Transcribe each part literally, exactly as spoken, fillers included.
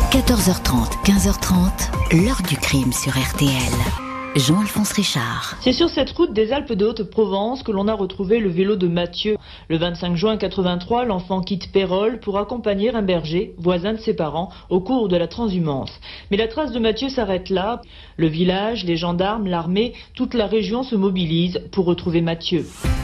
quatorze heures trente, quinze heures trente, l'heure du crime sur R T L. Jean-Alphonse Richard. C'est sur cette route des Alpes de Haute-Provence que l'on a retrouvé le vélo de Mathieu. Le vingt-cinq juin quatre-vingt-trois, l'enfant quitte Pérols pour accompagner un berger, voisin de ses parents, au cours de la transhumance. Mais la trace de Mathieu s'arrête là. Le village, les gendarmes, l'armée, toute la région se mobilise pour retrouver Mathieu.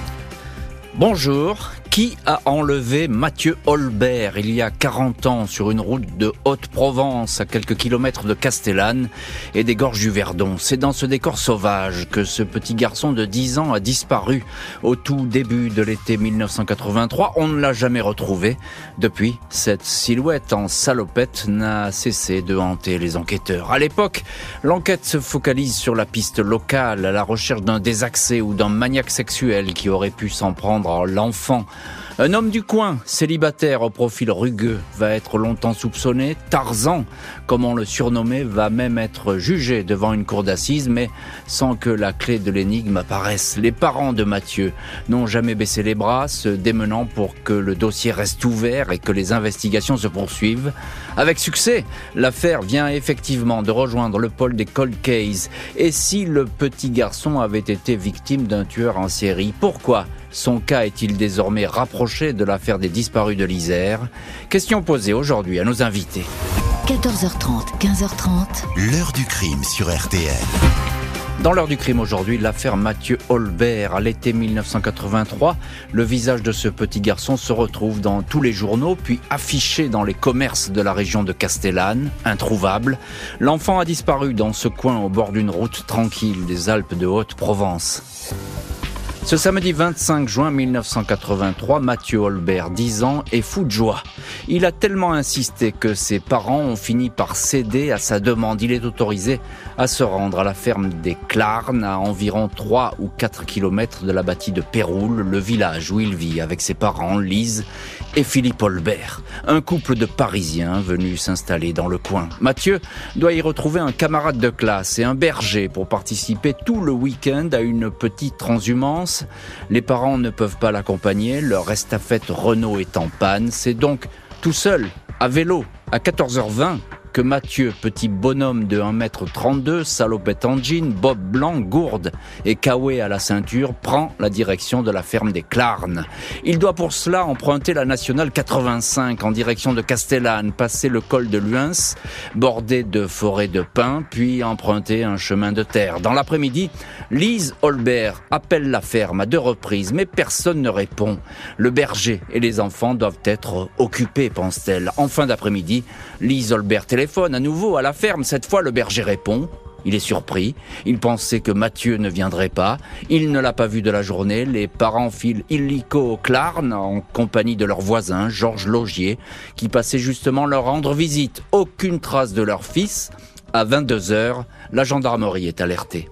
Bonjour. Qui a enlevé Mathieu Holbert il y a quarante ans sur une route de Haute-Provence à quelques kilomètres de Castellane et des gorges du Verdon? C'est dans ce décor sauvage que ce petit garçon de dix ans a disparu au tout début de l'été mille neuf cent quatre-vingt-trois. On ne l'a jamais retrouvé. Depuis, cette silhouette en salopette n'a cessé de hanter les enquêteurs. À l'époque, l'enquête se focalise sur la piste locale, à la recherche d'un désaxé ou d'un maniaque sexuel qui aurait pu s'en prendre à l'enfant. Un homme du coin, célibataire au profil rugueux, va être longtemps soupçonné. Tarzan, comme on le surnommait, va même être jugé devant une cour d'assises, mais sans que la clé de l'énigme apparaisse. Les parents de Mathieu n'ont jamais baissé les bras, se démenant pour que le dossier reste ouvert et que les investigations se poursuivent. Avec succès, l'affaire vient effectivement de rejoindre le pôle des cold cases. Et si le petit garçon avait été victime d'un tueur en série, pourquoi son cas est-il désormais rapproché de l'affaire des disparus de l'Isère? Question posée aujourd'hui à nos invités. quatorze heures trente, quinze heures trente. L'heure du crime sur R T L. Dans l'heure du crime aujourd'hui, l'affaire Mathieu Holbert. À l'été mille neuf cent quatre-vingt-trois, le visage de ce petit garçon se retrouve dans tous les journaux, puis affiché dans les commerces de la région de Castellane, introuvable. L'enfant a disparu dans ce coin au bord d'une route tranquille des Alpes de Haute-Provence. Ce samedi vingt-cinq juin mille neuf cent quatre-vingt-trois, Mathieu Holbert, dix ans, est fou de joie. Il a tellement insisté que ses parents ont fini par céder à sa demande. Il est autorisé à se rendre à la ferme des Clarnes, à environ trois ou quatre kilomètres de la bâtie de Péroules, le village où il vit avec ses parents, Lise et Philippe Holbert, un couple de Parisiens venus s'installer dans le coin. Mathieu doit y retrouver un camarade de classe et un berger pour participer tout le week-end à une petite transhumance. Les parents ne peuvent pas l'accompagner, leur estafette Renault est en panne. C'est donc tout seul, à vélo, à quatorze heures vingt, que Mathieu, petit bonhomme de un mètre trente-deux, salopette en jean, bob blanc, gourde et kawé à la ceinture, prend la direction de la ferme des Clarnes. Il doit pour cela emprunter la nationale quatre-vingt-cinq en direction de Castellane, passer le col de Luens, bordé de forêts de pins, puis emprunter un chemin de terre. Dans l'après-midi, Lise Holbert appelle la ferme à deux reprises, mais personne ne répond. Le berger et les enfants doivent être occupés, pense-t-elle. En fin d'après-midi, Lise Holbert téléphone à nouveau à la ferme. Cette fois, le berger répond. Il est surpris. Il pensait que Mathieu ne viendrait pas. Il ne l'a pas vu de la journée. Les parents filent illico aux Clarnes en compagnie de leur voisin, Georges Laugier, qui passait justement leur rendre visite. Aucune trace de leur fils. À vingt-deux heures, la gendarmerie est alertée.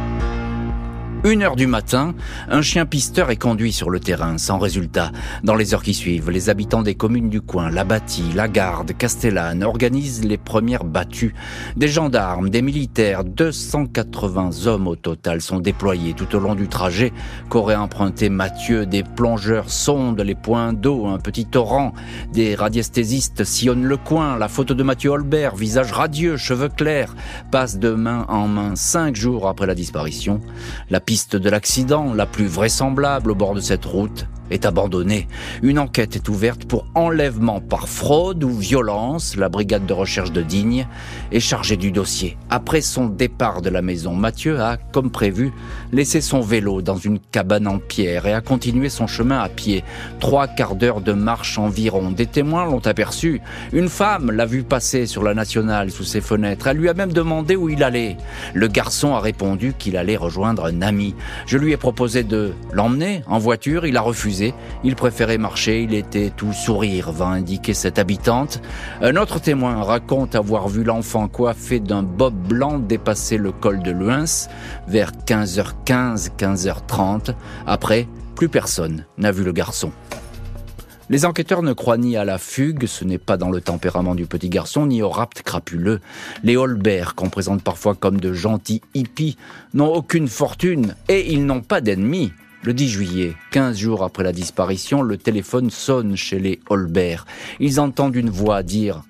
Une heure du matin, un chien pisteur est conduit sur le terrain, sans résultat. Dans les heures qui suivent, les habitants des communes du coin, La Bâtie, La Garde, Castellane, organisent les premières battues. Des gendarmes, des militaires, deux cent quatre-vingts hommes au total sont déployés tout au long du trajet qu'aurait emprunté Mathieu. Des plongeurs sondent les points d'eau, un petit torrent. Des radiesthésistes sillonnent le coin. La photo de Mathieu Holbert, visage radieux, cheveux clairs, passe de main en main cinq jours après la disparition. La piste de l'accident, la plus vraisemblable au bord de cette route, est abandonnée. Une enquête est ouverte pour enlèvement par fraude ou violence. La brigade de recherche de Digne est chargée du dossier. Après son départ de la maison, Mathieu a, comme prévu, laissé son vélo dans une cabane en pierre et a continué son chemin à pied. Trois quarts d'heure de marche environ. Des témoins l'ont aperçu. Une femme l'a vu passer sur la nationale sous ses fenêtres. Elle lui a même demandé où il allait. Le garçon a répondu qu'il allait rejoindre un ami. Je lui ai proposé de l'emmener en voiture. Il a refusé. Il préférait marcher, il était tout sourire, va indiquer cette habitante. Un autre témoin raconte avoir vu l'enfant coiffé d'un bob blanc dépasser le col de Luens vers quinze heures quinze, quinze heures trente. Après, plus personne n'a vu le garçon. Les enquêteurs ne croient ni à la fugue, ce n'est pas dans le tempérament du petit garçon, ni au rapt crapuleux. Les Holbert, qu'on présente parfois comme de gentils hippies, n'ont aucune fortune et ils n'ont pas d'ennemis. Le dix juillet, quinze jours après la disparition, le téléphone sonne chez les Holbert. Ils entendent une voix dire « Allô ?»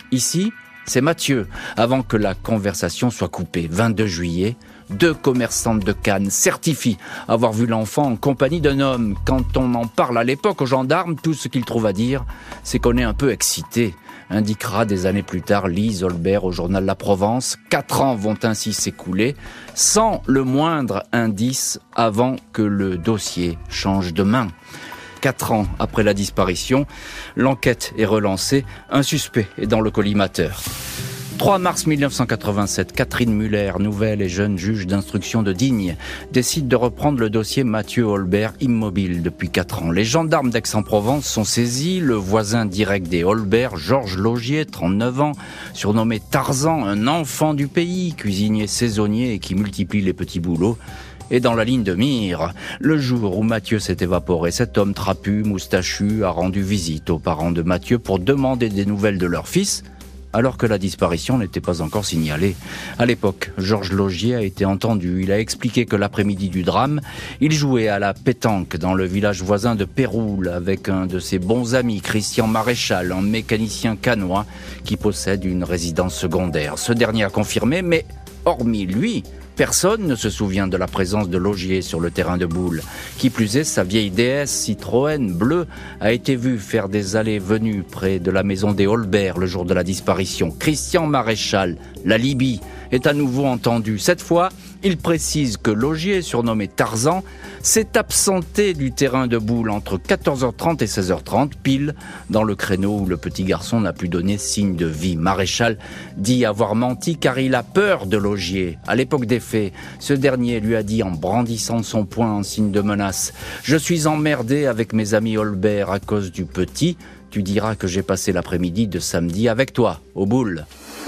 Ici, c'est Mathieu, avant que la conversation soit coupée. vingt-deux juillet, deux commerçantes de Cannes certifient avoir vu l'enfant en compagnie d'un homme. Quand on en parle à l'époque aux gendarmes, tout ce qu'ils trouvent à dire, c'est qu'on est un peu excité. Indiquera des années plus tard Lise Holbert au journal La Provence. Quatre ans vont ainsi s'écouler, sans le moindre indice avant que le dossier change de main. Quatre ans après la disparition, l'enquête est relancée. Un suspect est dans le collimateur. trois mars mille neuf cent quatre-vingt-sept, Catherine Muller, nouvelle et jeune juge d'instruction de Digne, décide de reprendre le dossier Mathieu Holbert, immobile depuis quatre ans. Les gendarmes d'Aix-en-Provence sont saisis. Le voisin direct des Holbert, Georges Laugier, trente-neuf ans, surnommé Tarzan, un enfant du pays, cuisinier saisonnier et qui multiplie les petits boulots, et dans la ligne de mire. Le jour où Mathieu s'est évaporé, cet homme trapu, moustachu, a rendu visite aux parents de Mathieu pour demander des nouvelles de leur fils, alors que la disparition n'était pas encore signalée. À l'époque, Georges Laugier a été entendu. Il a expliqué que l'après-midi du drame, il jouait à la pétanque dans le village voisin de Péroul avec un de ses bons amis, Christian Maréchal, un mécanicien cannois qui possède une résidence secondaire. Ce dernier a confirmé, mais hormis lui, personne ne se souvient de la présence de Laugier sur le terrain de boule. Qui plus est, sa vieille D S Citroën bleue a été vue faire des allées-venues près de la maison des Holbert le jour de la disparition. Christian Maréchal, la Libye, est à nouveau entendu. Cette fois, il précise que Laugier, surnommé Tarzan, s'est absenté du terrain de boule entre quatorze heures trente et seize heures trente, pile dans le créneau où le petit garçon n'a pu donner signe de vie. Maréchal dit avoir menti car il a peur de Laugier. À l'époque des faits, ce dernier lui a dit en brandissant son poing en signe de menace « Je suis emmerdé avec mes amis Holbert à cause du petit. Tu diras que j'ai passé l'après-midi de samedi avec toi, au boule. »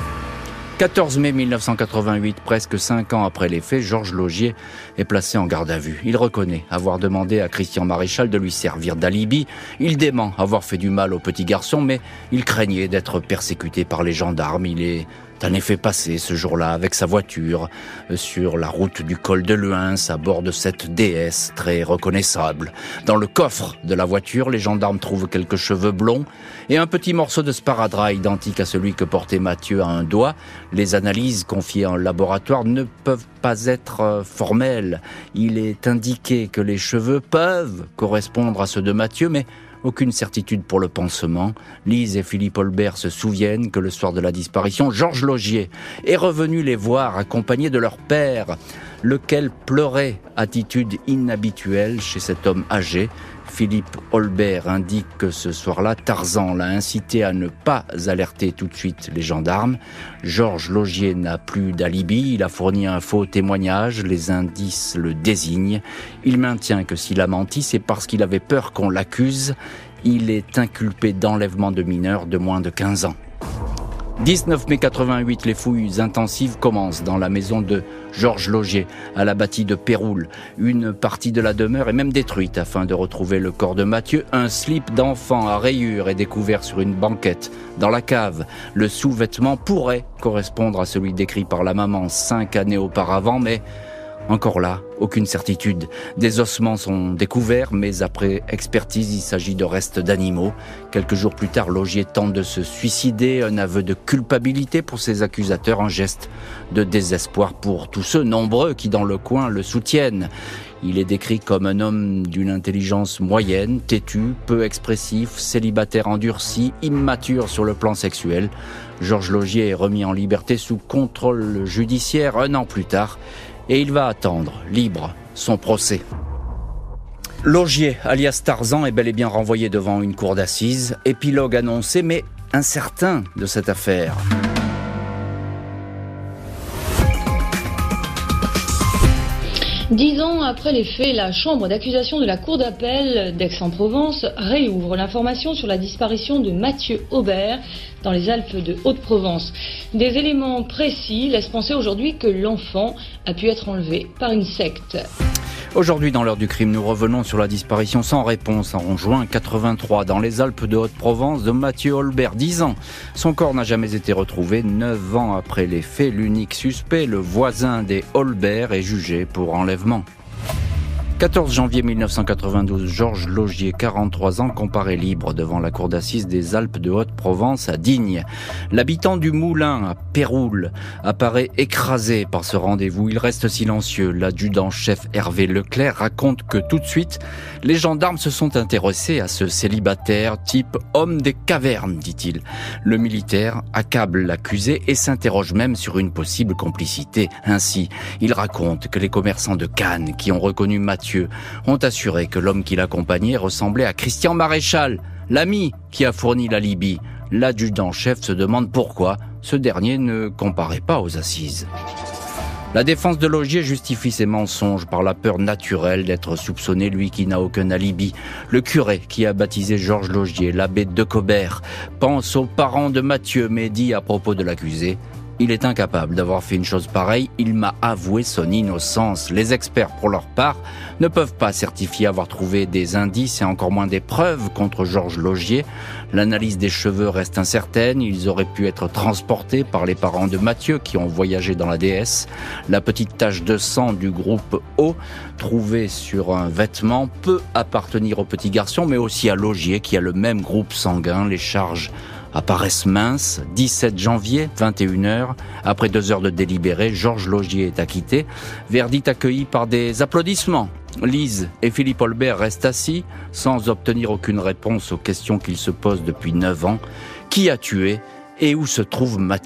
quatorze mai mille neuf cent quatre-vingt-huit, presque cinq ans après les faits, Georges Laugier est placé en garde à vue. Il reconnaît avoir demandé à Christian Maréchal de lui servir d'alibi. Il dément avoir fait du mal au petit garçon, mais il craignait d'être persécuté par les gendarmes. Il est en effet passé ce jour-là avec sa voiture sur la route du col de Luyns à bord de cette D S très reconnaissable. Dans le coffre de la voiture, les gendarmes trouvent quelques cheveux blonds et un petit morceau de sparadrap identique à celui que portait Mathieu à un doigt. Les analyses confiées en laboratoire ne peuvent pas être formelles. Il est indiqué que les cheveux peuvent correspondre à ceux de Mathieu, mais aucune certitude pour le pansement. Lise et Philippe Holbert se souviennent que le soir de la disparition, Georges Laugier est revenu les voir accompagné de leur père, lequel pleurait, attitude inhabituelle chez cet homme âgé. Philippe Holbert indique que ce soir-là, Tarzan l'a incité à ne pas alerter tout de suite les gendarmes. Georges Laugier n'a plus d'alibi, il a fourni un faux témoignage, les indices le désignent. Il maintient que s'il a menti, c'est parce qu'il avait peur qu'on l'accuse. Il est inculpé d'enlèvement de mineurs de moins de quinze ans. dix-neuf mai quatre-vingt-huit, les fouilles intensives commencent dans la maison de Georges Laugier, à la bâtie de Péroul. Une partie de la demeure est même détruite afin de retrouver le corps de Mathieu. Un slip d'enfant à rayures est découvert sur une banquette dans la cave. Le sous-vêtement pourrait correspondre à celui décrit par la maman cinq années auparavant, mais encore là, aucune certitude. Des ossements sont découverts, mais après expertise, il s'agit de restes d'animaux. Quelques jours plus tard, Laugier tente de se suicider, un aveu de culpabilité pour ses accusateurs, un geste de désespoir pour tous ceux nombreux qui dans le coin le soutiennent. Il est décrit comme un homme d'une intelligence moyenne, têtu, peu expressif, célibataire endurci, immature sur le plan sexuel. Georges Laugier est remis en liberté sous contrôle judiciaire un an plus tard. Et il va attendre, libre, son procès. Laugier, alias Tarzan, est bel et bien renvoyé devant une cour d'assises. Épilogue annoncé, mais incertain de cette affaire. Dix ans après les faits, la chambre d'accusation de la cour d'appel d'Aix-en-Provence réouvre l'information sur la disparition de Mathieu Holbert dans les Alpes de Haute-Provence. Des éléments précis laissent penser aujourd'hui que l'enfant a pu être enlevé par une secte. Aujourd'hui, dans l'heure du crime, nous revenons sur la disparition sans réponse en juin quatre-vingt-trois dans les Alpes de Haute-Provence de Mathieu Holbert, dix ans. Son corps n'a jamais été retrouvé. Neuf ans après les faits, l'unique suspect, le voisin des Holbert, est jugé pour enlèvement. quatorze janvier mille neuf cent quatre-vingt-douze, Georges Laugier, quarante-trois ans, comparé libre devant la cour d'assises des Alpes de Haute-Provence à Digne. L'habitant du Moulin à Péroul apparaît écrasé par ce rendez-vous. Il reste silencieux. L'adjudant-chef Hervé Leclerc raconte que tout de suite, les gendarmes se sont intéressés à ce célibataire type homme des cavernes, dit-il. Le militaire accable l'accusé et s'interroge même sur une possible complicité. Ainsi, il raconte que les commerçants de Cannes qui ont reconnu Mathieu ont assuré que l'homme qui l'accompagnait ressemblait à Christian Maréchal, l'ami qui a fourni l'alibi. L'adjudant-chef se demande pourquoi ce dernier ne comparait pas aux assises. La défense de Laugier justifie ses mensonges par la peur naturelle d'être soupçonné, lui qui n'a aucun alibi. Le curé qui a baptisé Georges Laugier, l'abbé de Cobert, pense aux parents de Mathieu, mais dit à propos de l'accusé: il est incapable d'avoir fait une chose pareille, il m'a avoué son innocence. Les experts, pour leur part, ne peuvent pas certifier avoir trouvé des indices et encore moins des preuves contre Georges Laugier. L'analyse des cheveux reste incertaine, ils auraient pu être transportés par les parents de Mathieu qui ont voyagé dans la déesse. La petite tache de sang du groupe O, trouvée sur un vêtement, peut appartenir au petit garçon, mais aussi à Laugier qui a le même groupe sanguin. Les charges apparaissent minces. dix-sept janvier, vingt et une heures. Après deux heures de délibéré, Georges Laugier est acquitté. Verdict accueilli par des applaudissements. Lise et Philippe Olbert restent assis, sans obtenir aucune réponse aux questions qu'ils se posent depuis neuf ans. Qui a tué et où se trouve Mathieu ?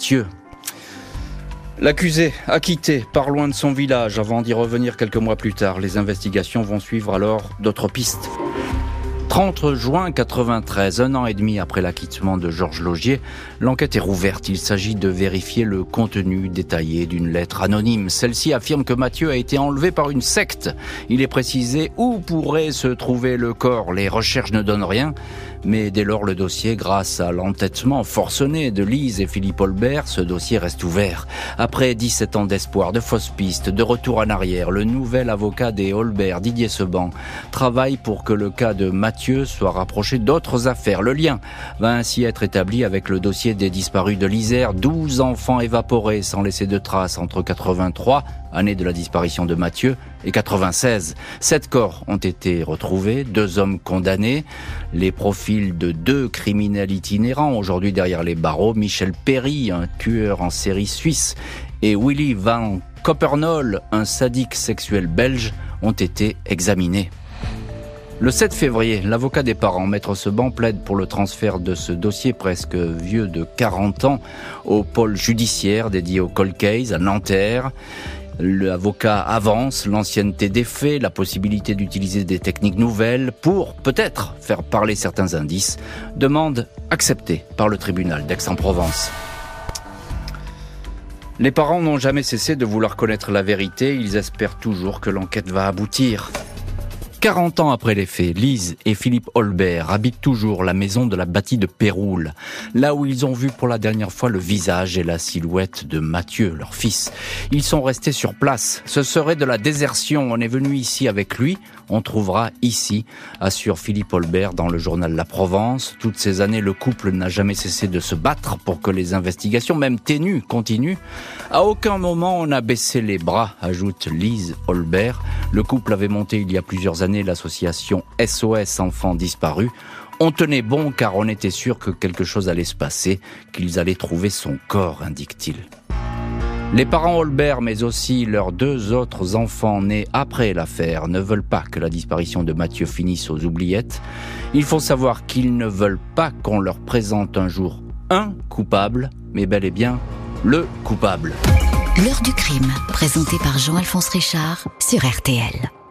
L'accusé, acquitté, part loin de son village avant d'y revenir quelques mois plus tard. Les investigations vont suivre alors d'autres pistes. trente juin quatre-vingt-treize, un an et demi après l'acquittement de Georges Laugier, l'enquête est rouverte. Il s'agit de vérifier le contenu détaillé d'une lettre anonyme. Celle-ci affirme que Mathieu a été enlevé par une secte. Il est précisé où pourrait se trouver le corps. Les recherches ne donnent rien, mais dès lors le dossier, grâce à l'entêtement forcené de Lise et Philippe Olbert, ce dossier reste ouvert. Après dix-sept ans d'espoir, de fausses pistes, de retour en arrière, le nouvel avocat des Olbert, Didier Seban, travaille pour que le cas de Mathieu soit rapproché d'autres affaires. Le lien va ainsi être établi avec le dossier des disparus de l'Isère. douze enfants évaporés sans laisser de traces entre quatre-vingt-trois, année de la disparition de Mathieu, et quatre-vingt-seize. Sept corps ont été retrouvés, deux hommes condamnés. Les profils de deux criminels itinérants, aujourd'hui derrière les barreaux, Michel Perry, un tueur en série suisse, et Willy van Coppernoll, un sadique sexuel belge, ont été examinés. Le sept février, l'avocat des parents, Maître Seban, plaide pour le transfert de ce dossier presque vieux de quarante ans au pôle judiciaire dédié au cold case à Nanterre. L'avocat avance l'ancienneté des faits, la possibilité d'utiliser des techniques nouvelles pour, peut-être, faire parler certains indices. Demande acceptée par le tribunal d'Aix-en-Provence. Les parents n'ont jamais cessé de vouloir connaître la vérité. Ils espèrent toujours que l'enquête va aboutir. quarante ans après les faits, Lise et Philippe Olbert habitent toujours la maison de la bâtie de Péroul, là où ils ont vu pour la dernière fois le visage et la silhouette de Mathieu, leur fils. Ils sont restés sur place. Ce serait de la désertion. On est venu ici avec lui. On trouvera ici, assure Philippe Olbert dans le journal La Provence. Toutes ces années, le couple n'a jamais cessé de se battre pour que les investigations, même ténues, continuent. À aucun moment on n'a baissé les bras, ajoute Lise Olbert. Le couple avait monté il y a plusieurs années l'association S O S Enfants Disparus. On tenait bon car on était sûr que quelque chose allait se passer, qu'ils allaient trouver son corps, indique-t-il. Les parents Olbert, mais aussi leurs deux autres enfants nés après l'affaire, ne veulent pas que la disparition de Mathieu finisse aux oubliettes. Il faut savoir qu'ils ne veulent pas qu'on leur présente un jour un coupable, mais bel et bien le coupable. L'heure du crime, présenté par Jean-Alphonse Richard sur R T L.